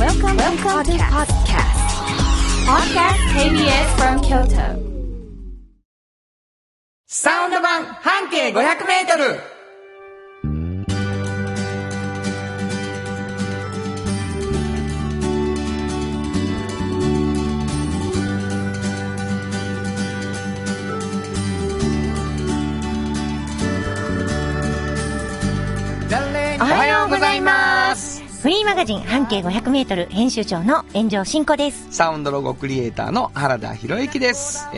Welcome to podcast KBS from Kyoto. サウンド版半径500メートル。おはようございます。 フリーマガジン半径500メートル編集長の炎上真子です。 サウンドロゴクリエイターの原田博之です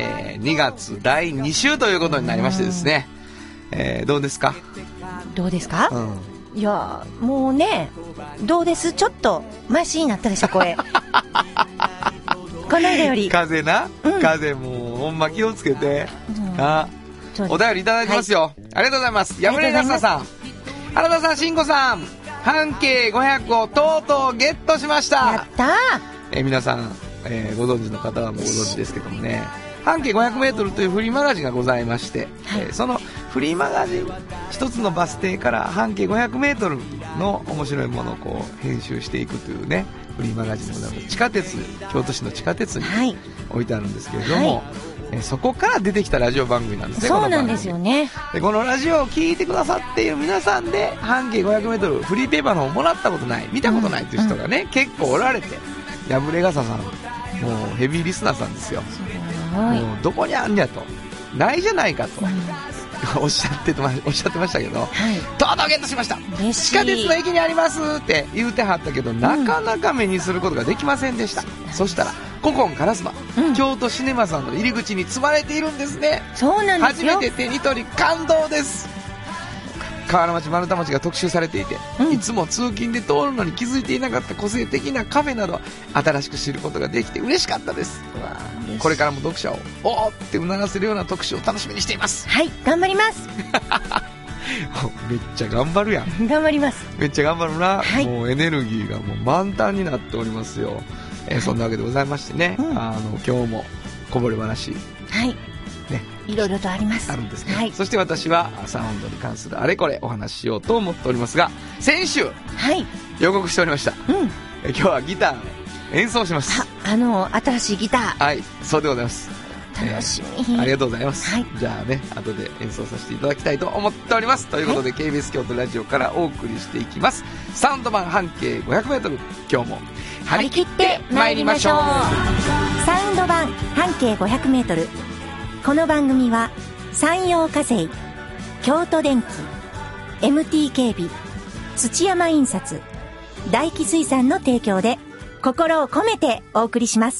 。2月第2週ということになりましてですね。どうですか？ どうですか？いやもうね、どうです？ちょっとマシになったでしょ声。この間より。 風な、風もうほんま気をつけて。お便りいただいてますよ。はい、ありがとうございます。やぶれがささん、原田さん、慎吾さん、半径500をとうとうゲットしました。 やったー。皆さん、ご存知の方はもうご存知ですけどもね、半径500メートルというフリーマガジンがございまして、はい、そのフリーマガジン一つのバス停から半径500メートルの面白いものをこう編集していくというね、フリーマガジンの地下鉄、京都市の地下鉄に置いてあるんですけれども、そこから出てきたラジオ番組なんですね。 そうなんですよね。 でこのラジオを聞いてくださっている皆さんで半径 500m フリーペーパーの方をもらったことない、見たことないという人がね、結構おられて、やぶれがささんもうヘビーリスナーさんですよ。もうどこにあんねやと、ないじゃないかと、おっしゃってましたけど、とうとうゲットしました。地下鉄の駅にありますって言うてはったけど、なかなか目にすることができませんでした。そしたら古今烏丸、京都シネマさんの入り口に積まれているんですね。 そうなんですよ。 初めて手に取り感動です。河原町丸太町が特集されていて、いつも通勤で通るのに気づいていなかった個性的なカフェなど新しく知ることができて嬉しかったです。これからも読者をおーってうならせるような特集を楽しみにしています。 はい、頑張ります。 めっちゃ頑張るやん。 頑張ります。 めっちゃ頑張るな、 はい、 もうエネルギーがもう満タンになっておりますよ。そんなわけでございましてね、今日もこぼれ話、ね、 いろいろとあります。 あるんですね。そして私はサウンドに関するあれこれお話ししようと思っておりますが、先週、予告しておりました。今日はギター演奏します。 新しいギター。 はい、そうでございます。 楽しみ。 ありがとうございます。じゃあね、後で演奏させていただきたいと思っております。ということで、KBS 京都ラジオからお送りしていきます。サウンド版半径 500m、今日も張り切って参りましょう。 サウンド版半径 500m。この番組は山陽火星、京都電機、MT 警備、土山印刷、大気水産の提供で心を込めてお送りします。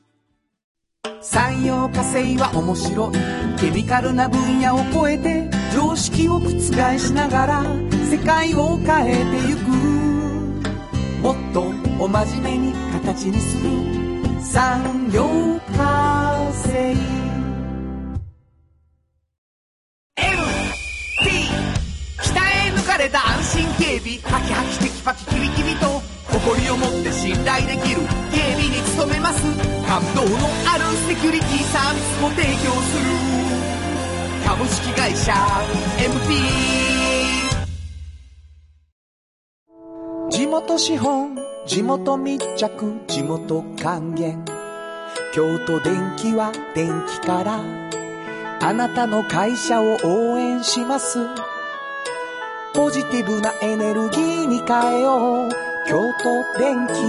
山陽火星は面白いケミカルな分野を超えて常識を覆しながら世界を変えてゆく、もっとお真面目に形にする山陽火星。北へ抜かれた安心警備、ハキハキテキパキキビキビと誇りを持って信頼できる警備に努めます。感動のあるセキュリティサービスも提供する株式会社 MT。 地元資本、地元密着、地元還元、京都電気は電気からあなたの会社を応援します。ポジティブなエネルギーに変えよう、京都電気。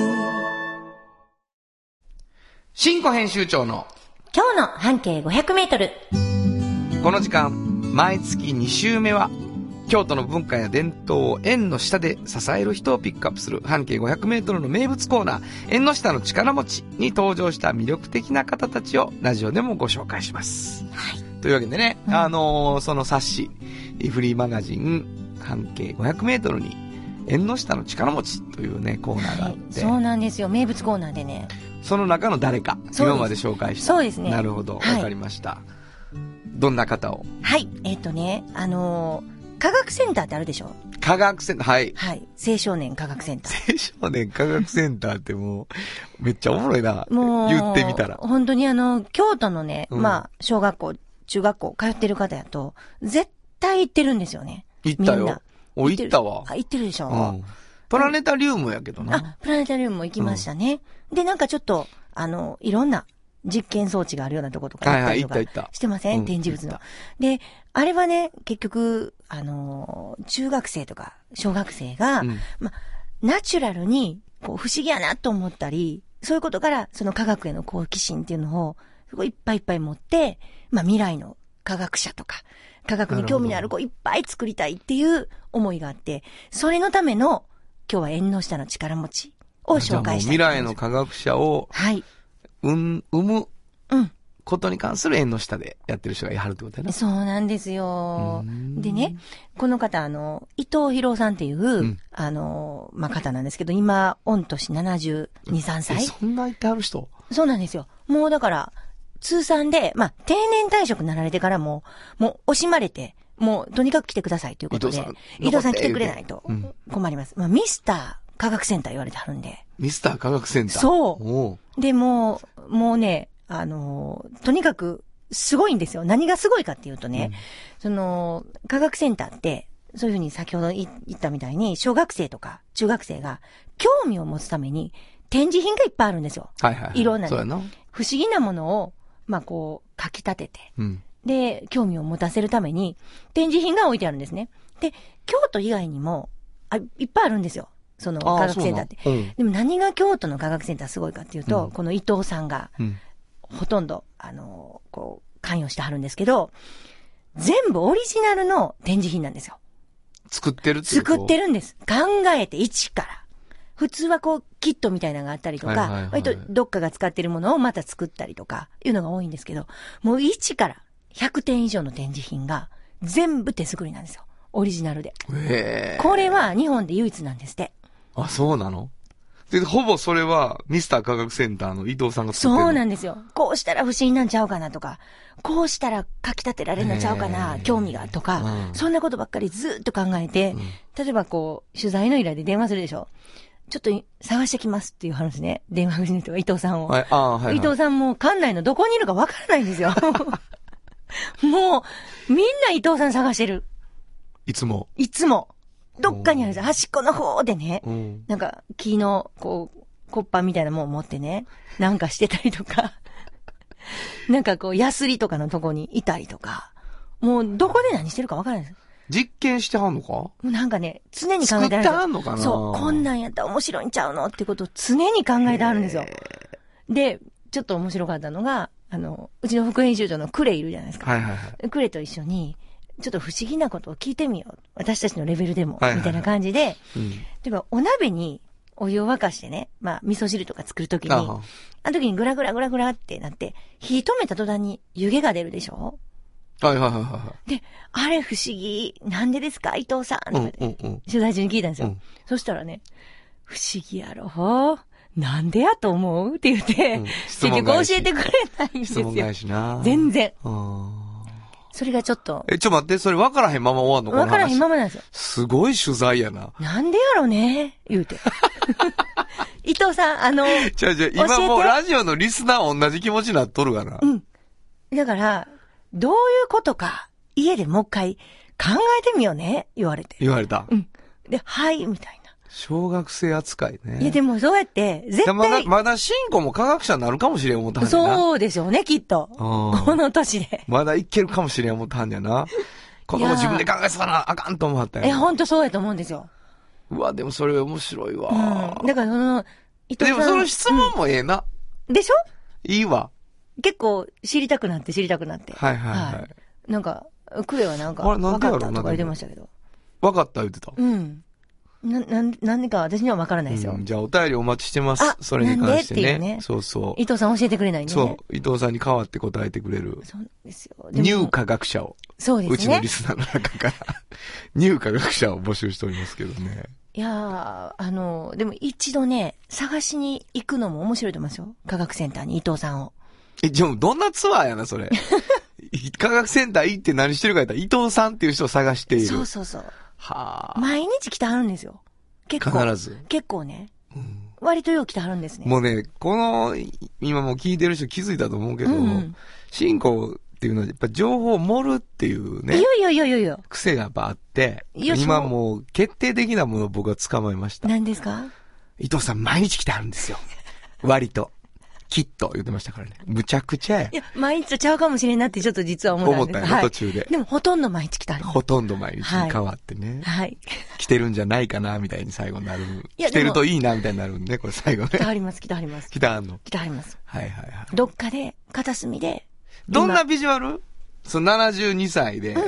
新庫編集長の今日の半径500メートル。 この時間、毎月2週目は京都の文化や伝統を縁の下で支える人をピックアップする半径500メートルの名物コーナー、縁の下の力持ちに登場した魅力的な方たちをラジオでもご紹介します。というわけでね、その冊子フリーマガジン半径500メートルに縁の下の力持ちというねコーナーがあって、 そうなんですよ、名物コーナーでね、 その中の誰か今まで紹介した。 そうですね。 なるほど、わかりました。どんな方を？ 科学センターってあるでしょ？ 科学センター、 青少年科学センター。 青少年科学センターってもうめっちゃおもろいな。もう言ってみたら本当に京都のね、小学校中学校通ってる方やと絶対行ってるんですよね。 行ったよ。行ったわ。 行ってるでしょ。 プラネタリウムやけどな。 あ、プラネタリウムも行きましたね。で、なんかちょっと、いろんな実験装置があるようなとことか行ったりとかはいはい行ったしてません、展示物の。で、あれはね、結局、中学生とか小学生が、ナチュラルに、こう、不思議やなと思ったり、そういうことから、その科学への好奇心っていうのを、すごいいっぱいいっぱい持って、未来の科学者とか、科学に興味のある子いっぱい作りたいっていう思いがあって、それのための、今日は縁の下の力持ちを紹介したい。 未来の科学者を、 はい。 生むことに関する縁の下でやってる人がいはるってことやな。 そうなんですよ。でね、この方、伊藤博さんっていう、方なんですけど、今、御年72、3歳。 そんな言ってはる人？ そうなんですよ。もうだから、通算で、定年退職になられてからもう惜しまれて、もうとにかく来てくださいということで、伊藤さん来てくれないと困ります。ミスター科学センター言われてはるんで。 ミスター科学センター。 そう。で、もうね、とにかくすごいんですよ。何がすごいかっていうとね、科学センターって、そういうふうに先ほど言ったみたいに、小学生とか中学生が興味を持つために展示品がいっぱいあるんですよ。 はいはい。 いろんな、 そうやな。 不思議なものを、こう、かき立てて、で、興味を持たせるために、展示品が置いてあるんですね。で、京都以外にも、いっぱいあるんですよ。その科学センターって。でも何が京都の科学センターすごいかっていうと、この伊藤さんが、ほとんど、こう、関与してはるんですけど、全部オリジナルの展示品なんですよ。 作ってるってこと？ 作ってるんです。考えて一から。普通はこう、キットみたいなのがあったりとか、割とどっかが使ってるものをまた作ったりとか、いうのが多いんですけど、もう1から100点以上の展示品が全部手作りなんですよ。オリジナルで。これは日本で唯一なんですって。 あ、そうなの？で、ほぼそれはミスター科学センターの伊藤さんが作ってる。 そうなんですよ。こうしたら不思議なんちゃうかなとか、こうしたらかき立てられるのちゃうかな、興味がとか、そんなことばっかりずっと考えて、例えばこう、取材の依頼で電話するでしょ。ちょっと探してきますっていう話ね。電話口の人が伊藤さんを。伊藤さんも館内のどこにいるかわからないんですよ。もう、みんな伊藤さん探してる。 いつも。 どっかにあるんですよ。端っこの方でね。なんか、木の、こう、コッパみたいなもんを持ってね、なんかしてたりとか。なんかこう、ヤスリとかのとこにいたりとか。もう、どこで何してるかわからないです。 実験してはんのか？もうなんかね、常に考えてあるんですよ。 作ってはんのかな？ そう、こんなんやったら面白いんちゃうのってことを常に考えてあるんですよ。で、ちょっと面白かったのが、うちの副編集長のクレいるじゃないですか。クレと一緒に、ちょっと不思議なことを聞いてみよう。私たちのレベルでも、みたいな感じで、例えばお鍋にお湯を沸かしてね、味噌汁とか作るときに、あの時にグラグラグラグラってなって、火止めた途端に湯気が出るでしょ？で、あれ不思議。なんでですか伊藤さんとかで、取材中に聞いたんですよ。そしたらね、不思議やろなんでやと思うって言って、結局教えてくれないんですよ。 質問返しな。 全然。それがちょっと。 ちょ待って、それ分からへんまま終わんの？ 分からへんままなんですよ。 すごい取材やな。 なんでやろね言うて。伊藤さん、 今もうラジオのリスナー同じ気持ちになっとるがな。 だから、どういうことか、家でもう一回考えてみようね、言われて。 言われた。 で、はい、みたいな。 小学生扱いね。 いや、でもそうやって、絶対。 まだシンコも科学者になるかもしれん思ったはんやな。 そうでしょうね、きっと。この年で。 まだいけるかもしれん思ったはんやな。子供自分で考えてたらあかんと思わはったやん。 ほんとそうやと思うんですよ。 うわ、でもそれ面白いわ。 だから伊藤さん。 でもその質問もええな。 でしょ？ いいわ。 結構知りたくなって。なんか、クレはなんか、分かったとか言ってましたけど。 分かった言ってた。 なんでか私には分からないですよ。 じゃあお便りお待ちしてます。それに関してね。 なんでっていうね。 そうそう。 伊藤さん教えてくれないね。 そう。伊藤さんに代わって答えてくれる。 そうですよ。 ニュー科学者を。 そうですね。 うちのリスナーの中からニュー科学者を募集しておりますけどね。 いやー、でも一度ね、探しに行くのも面白いと思いますよ。科学センターに伊藤さんを。 じゃあどんなツアーやな、それ。科学センター行って何してるか言ったら、伊藤さんっていう人を探している。 そう。 はあ。 毎日来てはるんですよ。結構。 必ず。 結構ね。割とよう来てはるんですね。 もうね、今もう聞いてる人気づいたと思うけど、シンコっていうのは、やっぱ情報を盛るっていうね。 いや。 癖がやっぱあって、 いや今もう決定的なものを僕は捕まえました。 何ですか？ 伊藤さん毎日来てはるんですよ。割と。きっと言ってましたからね。むちゃくちゃや。 いや、毎日とちゃうかもしれんなってちょっと実は思ったんです。 思ったよね、途中で。 でもほとんど毎日来たはります。 ほとんど毎日に変わってね。 はい。 来てるんじゃないかな、みたいに最後になる。 いや来てるといいな、みたいになるんで、これ最後ね。 来てはります。来てはります。 来てはんの。 来てはります。 はいはいはい。 どっかで、片隅で。 どんなビジュアル？そう、72歳で。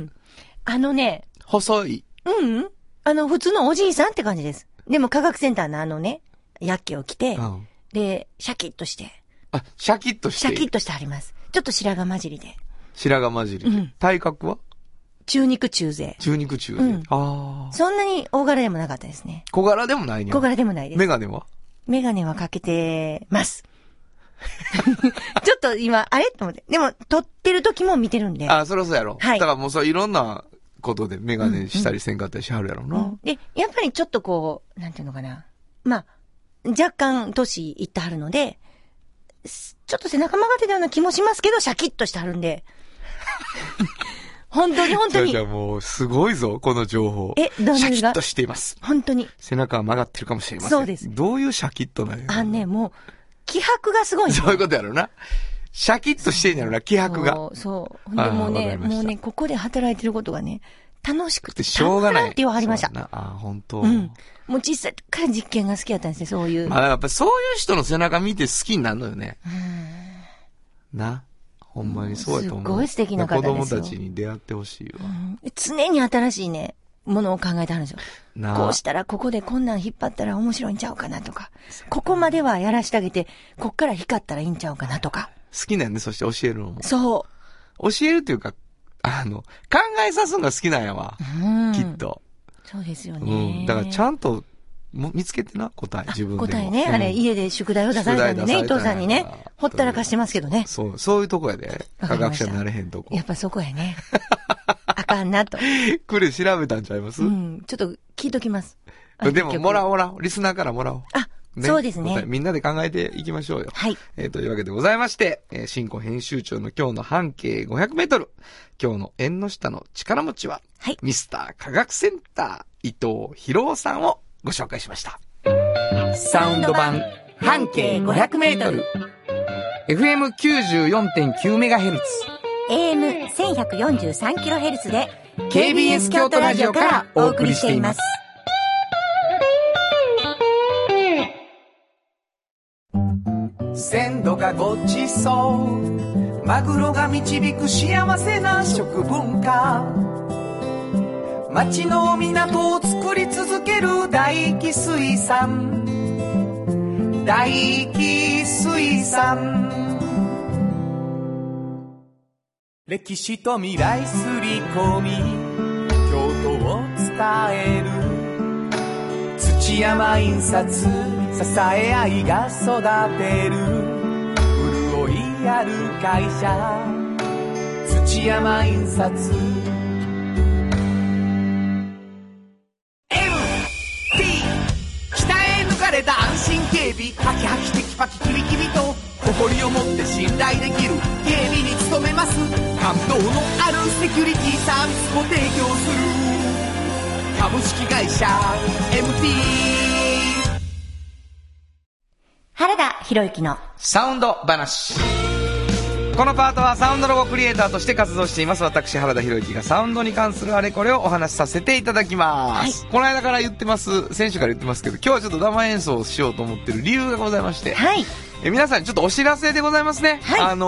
細い。 普通のおじいさんって感じです。でも科学センターのヤッケを着て、で、シャキッとして。 あ、シャキッとして。 シャキッとしてあります。ちょっと白髪混じりで。 白髪混じりで。体格は？ 中肉中背。 中肉中背。ああ。 そんなに大柄でもなかったですね。 小柄でもないね。 小柄でもないです。 メガネは？ メガネはかけてます。ちょっと今、あれと思って。でも、撮ってる時も見てるんで。 あ、そりゃそうやろ。 はい。 だからもうそういろんなことでメガネしたりせんかったりしはるやろな。 で、やっぱりちょっとこう、なんていうのかな。まあ、若干年いってはるので、ちょっと背中曲がってたような気もしますけど、シャキッとしてはるんで。本当に。 じゃあもう、すごいぞ、この情報。 どうシャキッとしています。 本当に。 背中が曲がってるかもしれません。 そうです。 どういうシャキッとなの？ もう、気迫がすごい、ね。 そういうことやろな。シャキッとしてんやろな、気迫が。 そう。でもね、ここで働いてることがね、楽しくてしょうがない。 って言わはりました。 本当。 もう小さい時から実験が好きだったんですね、そういう。 やっぱそういう人の背中見て好きになるのよね。な。ほんまにそうやと思う。 すごい素敵な方ですよ。 子供たちに出会ってほしいわ。 常に新しいね、ものを考えてはるんですよ。こうしたらここでこんなん引っ張ったら面白いんちゃうかなとか。ここまではやらしてあげて、こっから光ったらいいんちゃうかなとか。 好きなんね、そして教えるのも。 そう。 教えるっていうか、考えさすのが好きなんやわ。きっと。 そうですよね。 だからちゃんと見つけてな、答え、自分でも。 答えね。あれ、家で宿題を出されたんでね、伊藤さんにね。ほったらかしてますけどね。 そういうとこやで。科学者になれへんとこ。 やっぱそこやね。あかんなと。 これ調べたんちゃいます？ ちょっと聞いときます。 でも、もらおう。リスナーからもらおう。 そうですね。 みんなで考えていきましょうよ。 はい。 というわけでございまして、新庫編集長の今日の半径500メートル。今日の縁の下の力持ちは、ミスター科学センター、伊藤博夫さんをご紹介しました。サウンド版半径500メートル。FM94.9 メガヘルツ。 AM1143 キロヘルツで、 KBS 京都ラジオからお送りしています。 鮮度がごちそうマグロが導く幸せな食文化町の港を作り続ける大気水産大気水産歴史と未来すり込み京都を伝える土山印刷支え合いが育てる潤いある会社土山印刷 MT 鍛え抜かれた安心警備ハキハキテキパキキビキビと誇りを持って信頼できる警備に努めます感動のあるセキュリティサービスを提供する株式会社 MT 原田博之のサウンド話。このパートはサウンドロゴクリエイターとして活動しています私原田博之がサウンドに関するあれこれをお話しさせていただきます、この間から言ってます先週から言ってますけど今日はちょっと生演奏をしようと思ってる理由がございまして、皆さんにちょっとお知らせでございますね、今日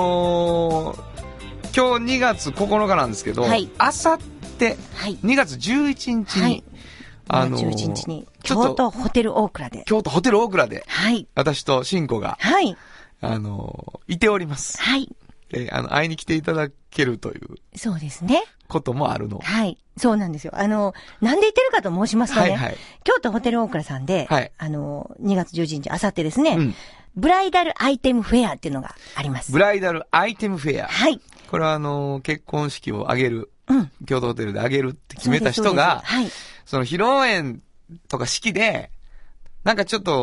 2月9日なんですけど、あさって2月11日に、 11日に京都ホテル大倉で。 京都ホテル大倉で。私と新子が。いております。会いに来ていただけるという。 そうですね。 こともあるの。 そうなんですよ。なんでいてるかと申しますとね。京都ホテル大倉さんで、2月11日、あさってですね、ブライダルアイテムフェアっていうのがあります。 ブライダルアイテムフェア。これは結婚式を挙げる。京都ホテルで挙げるって決めた人が、その披露宴とか式で、なんかちょっと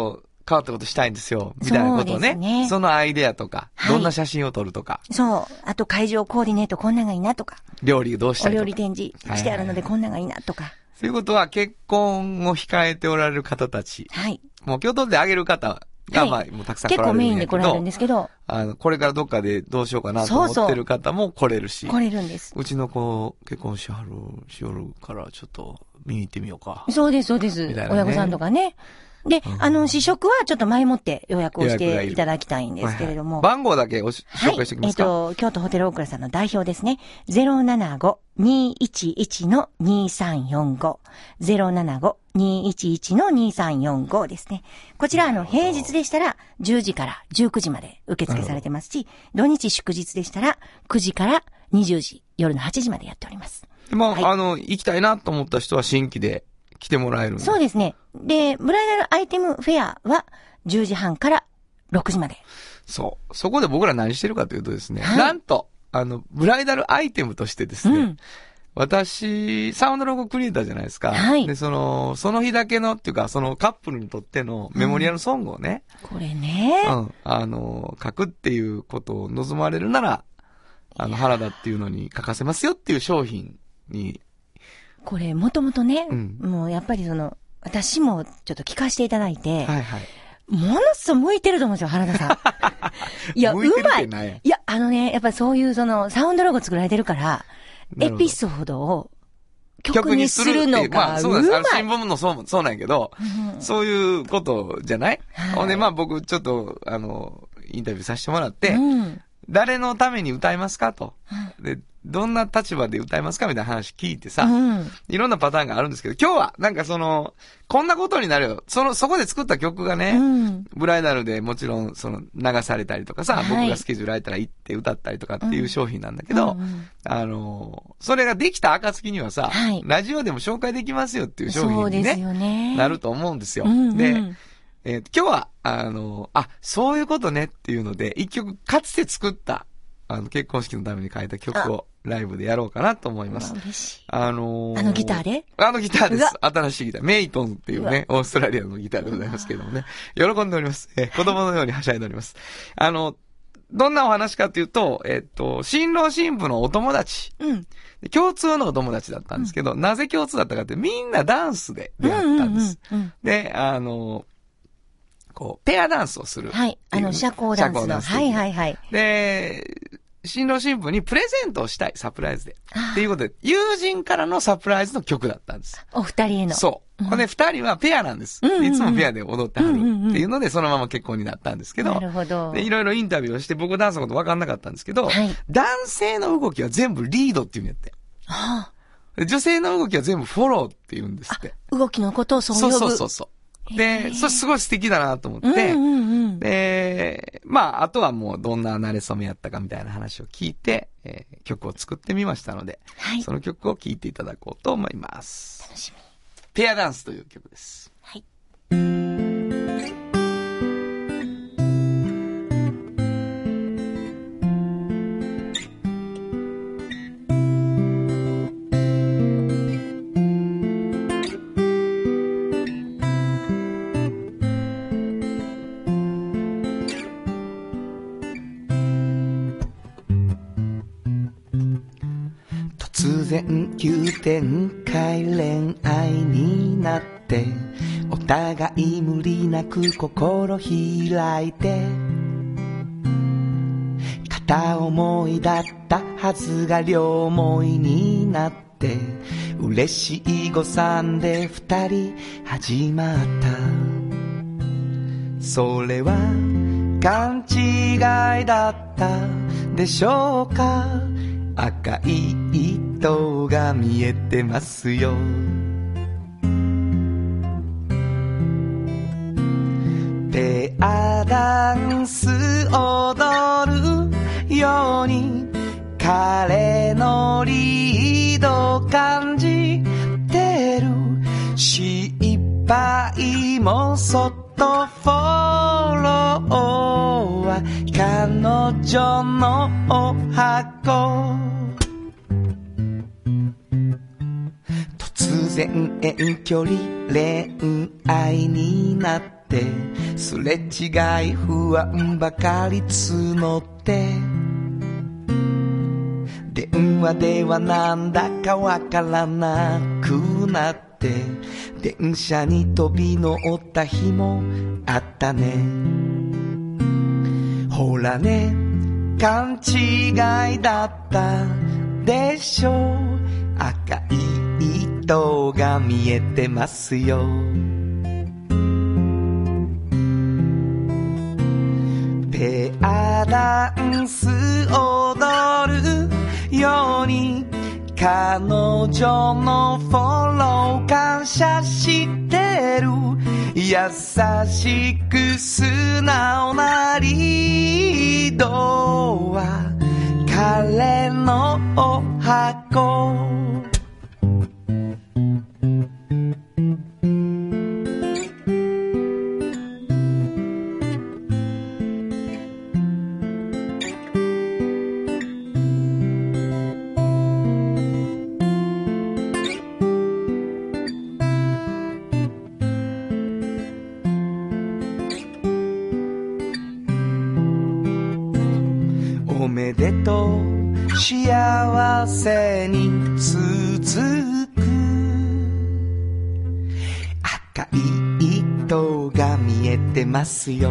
変わったことしたいんですよ。みたいなことをね。 そうですね。 そのアイデアとか、 はいどんな写真を撮るとか。 そう。あと会場コーディネートこんなんがいいなとか。 料理どうしたいとか。 お料理展示してあるのでこんなんがいいなとか。 ということは、結婚を控えておられる方たち。 はい。 もう京都であげる方が、 はいまあ、もうたくさん来られるんやけど。 結構メインで来られるんですけど。 これからどっかでどうしようかなと思ってる方も来れるし。 来れるんです。 うちの子、結婚しよるから、ちょっと、見に行ってみようか。 そうです、そうです。 みたいなね親御さんとかね。で、試食はちょっと前もって予約をしていただきたいんですけれども。 番号だけ紹介しておきますか。 京都ホテルオークラさんの代表ですね。075-211-2345。075-211-2345ですね。こちら平日でしたら10時から19時まで受付されてますし、土日祝日でしたら9時から20時、夜の8時までやっております。 まあ、はい、行きたいなと思った人は新規で来てもらえるんで。 そうですね。で、ブライダルアイテムフェアは10時半から6時まで。 そう。そこで僕ら何してるかというとですね、 はい、 なんと、ブライダルアイテムとしてですね、私、サウンドロゴクリエイターじゃないですか。 はい。 で、その日だけのっていうか、そのカップルにとってのメモリアルソングをね。 これね。 書くっていうことを望まれるなら、原田っていうのに書かせますよっていう商品に。 これ、もともとね、もうやっぱり私もちょっと聞かせていただいて、 はいはい。 ものすごく向いてると思うんですよ、原田さん。いや、うまい。いや、やっぱりそういうサウンドロゴ作られてるから、エピソードを曲にするのがまあそうなんです。新聞もそうなんやけど、そういうことじゃない？ほんで、まあ僕ちょっと、インタビューさせてもらって、誰のために歌いますかと。で、どんな立場で歌いますかみたいな話聞いてさ、いろんなパターンがあるんですけど、今日はなんかこんなことになるよ。そこで作った曲がね、ブライダルでもちろん流されたりとかさ、僕がスケジュール空いたら行って歌ったりとかっていう商品なんだけど、それができた暁にはさ、ラジオでも紹介できますよっていう商品にね、なると思うんですよ。で、今日は、そういうことねっていうので、一曲かつて作った、結婚式のために書いた曲をライブでやろうかなと思います。 嬉しい。 ギターで？ ギターです。新しいギター。メイトンっていうね、オーストラリアのギターでございますけどもね。喜んでおります。子供のようにはしゃいでおります。どんなお話かというと、新郎新婦のお友達。共通のお友達だったんですけど、なぜ共通だったかって、みんなダンスで出会ったんです。で、ペアダンスをする。 はい。社交ダンスの。はいはいはい。 で、新郎新婦にプレゼントをしたい、サプライズで。っていうことで、友人からのサプライズの曲だったんです。 お二人への。 そう。これ二人はペアなんです。いつもペアで踊ってはるっていうので、そのまま結婚になったんですけど。 なるほど。 で、いろいろインタビューをして、僕ダンスのこと分かんなかったんですけど、男性の動きは全部リードっていうんやって。女性の動きは全部フォローって言うんですって。 動きのことをそう呼ぶ。 そう。で、それすごい素敵だなと思って、で、まあ、あとはもうどんな馴れ初めやったかみたいな話を聞いて、曲を作ってみましたので、その曲を聴いていただこうと思います。 楽しみ。 ペアダンスという曲です。 はい。 突然急展開恋愛になってお互い無理なく心開いて片思いだったはずが両思いになって嬉しい誤算で二人始まったそれは勘違いだったでしょうか赤い糸が見えてますよペアダンス踊るように彼のリード感じてる失敗もそっとフォローは彼女のお箱突然遠距離恋愛になっててすれ違い不安ばかり募って電話ではなんだかわからなくなって電車に飛び乗った日もあったね。ほらね勘違いだったでしょ。赤い糸が見えてますよ。ペアダンス踊るように彼女のフォロー感謝してる。優しく素直なリードは彼のお箱。おめでとう幸せに続く。赤い糸が見えてますよ。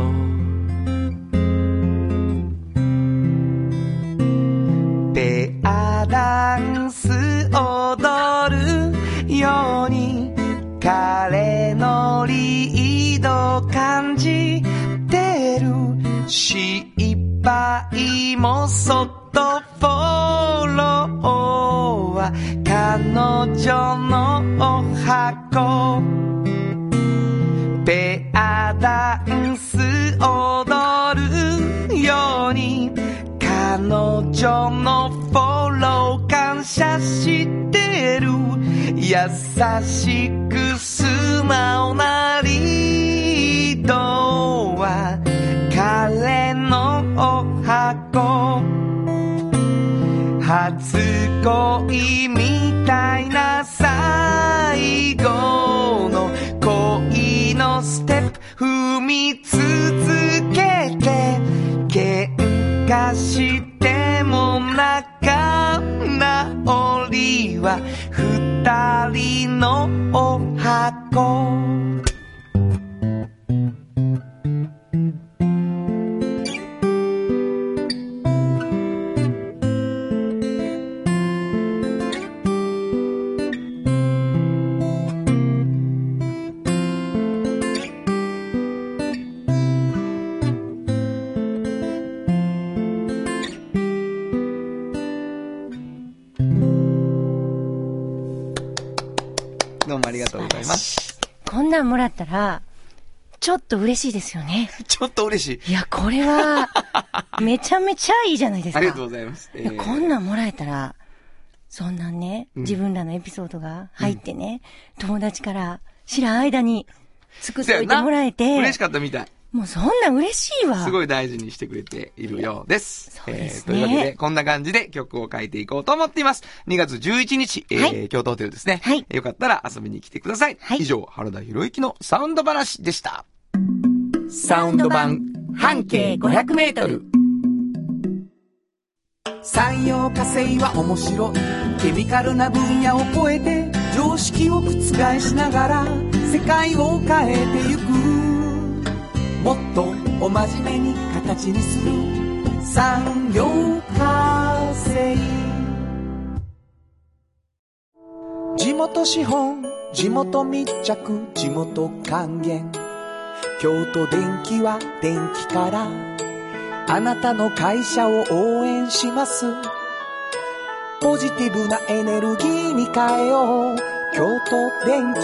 ペアダンス踊るように彼のリード感じてる。失敗もそっとフォローは彼女のお箱。ペアダンス踊るように彼女のフォロー感謝してる。優しく素直なリードは彼のお箱。初恋みたいな最後の恋のステップ踏み続けて喧嘩しても仲直りは二人のお箱。どうもありがとうございます。 こんなんもらったらちょっと嬉しいですよね。 ちょっと嬉しい。 いやこれはめちゃめちゃいいじゃないですか。 ありがとうございます。 いやこんなんもらえたらそんなんね、自分らのエピソードが入ってね、友達から知らん間に作っておいてもらえて嬉しかったみたい。 もうそんなん嬉しいわ。 すごい大事にしてくれているようです。 そうですね。 というわけで、こんな感じで曲を書いていこうと思っています。2月11日、京都ホテルですね。 はい。 よかったら遊びに来てください。 はい。 以上、原田博之のサウンド話でした。 サウンド版半径500メートル。産業化成は面白い。ケミカルな分野を超えて常識を覆しながら世界を変えてゆく。もっとお真面目に形にする産業化成。地元資本、地元密着、地元還元。京都電気は電気からあなたの会社を応援します。ポジティブなエネルギーに変えよう。京都電気。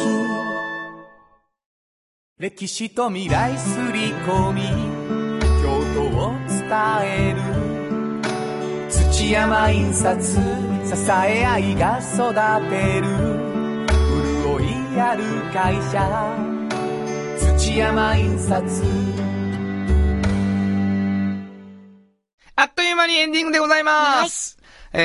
歴史と未来すり込み京都を伝える。土山印刷支え合いが育てる。潤いある会社土山印刷。 あっという間にエンディングでございます。はい、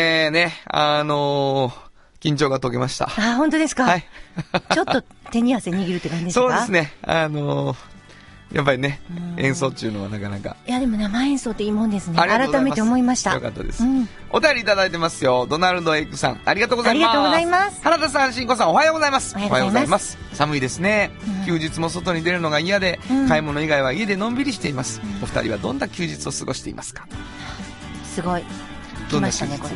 緊張が解けました。 あ、本当ですか。はい。ちょっと手に汗握るって感じですか。 そうですね。 やっぱりね、演奏っていうのはなかなか。 いやでも生演奏っていいもんですね。 ありがとうございます。 改めて思いました。 よかったです。 うん、 お便りいただいてますよ。ドナルドエッグさん、ありがとうございます。 ありがとうございます。 原田さん、しんこさん、おはようございます。 おはようございます。 寒いですね、休日も外に出るのが嫌で、買い物以外は家でのんびりしています。お二人はどんな休日を過ごしていますか？ すごい。来ましたね、これ。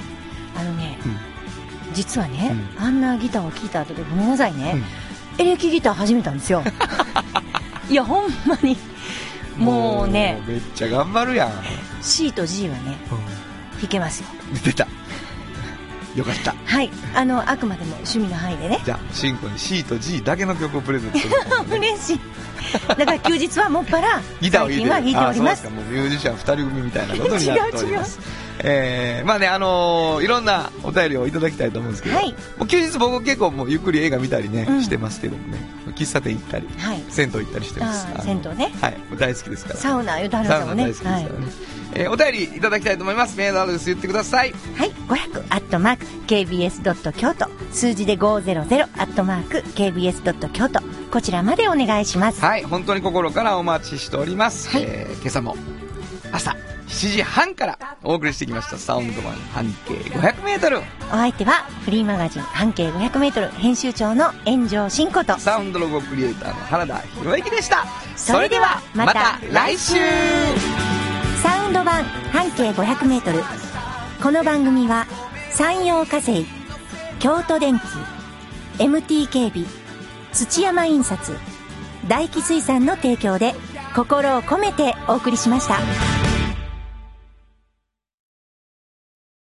実はね、あんなギターを聴いた後でごめんなさいね、エレキギター始めたんですよ。いやほんまにもうね、 めっちゃ頑張るやん。 C と G はね、弾けますよ。 出た。よかった。 はい、あくまでも趣味の範囲でね。 じゃあしんこに C と G だけの曲をプレゼントする、ね、 嬉しい。だから休日はもっぱらギターを弾いてる。 最近は弾いております。 そうですか。もうミュージシャン2人組みたいなことになっております。まあね、いろんなお便りをいただきたいと思うんですけど、もう休日僕結構もうゆっくり映画見たりね、してますけどもね、喫茶店行ったり、銭湯行ったりしてます。 銭湯ね、 はい、大好きですから。 サウナ言うとあるんですよね。 サウナ大好きですからね。お便りいただきたいと思います。メールアドレス言ってください。 はい、500@kbs.kyoto、数字で500@kbs.kyoto、こちらまでお願いします。 はい、本当に心からお待ちしております。今朝も朝7時半からお送りしてきましたサウンド版半径 500m。 お相手はフリーマガジン半径 500m 編集長の炎上真子とサウンドロゴクリエイターの原田博之でした。 それではまた来週。サウンド版半径 500m、 この番組は山陽火星、京都電機、 MT 警備、土山印刷、大気水産の提供で心を込めてお送りしました。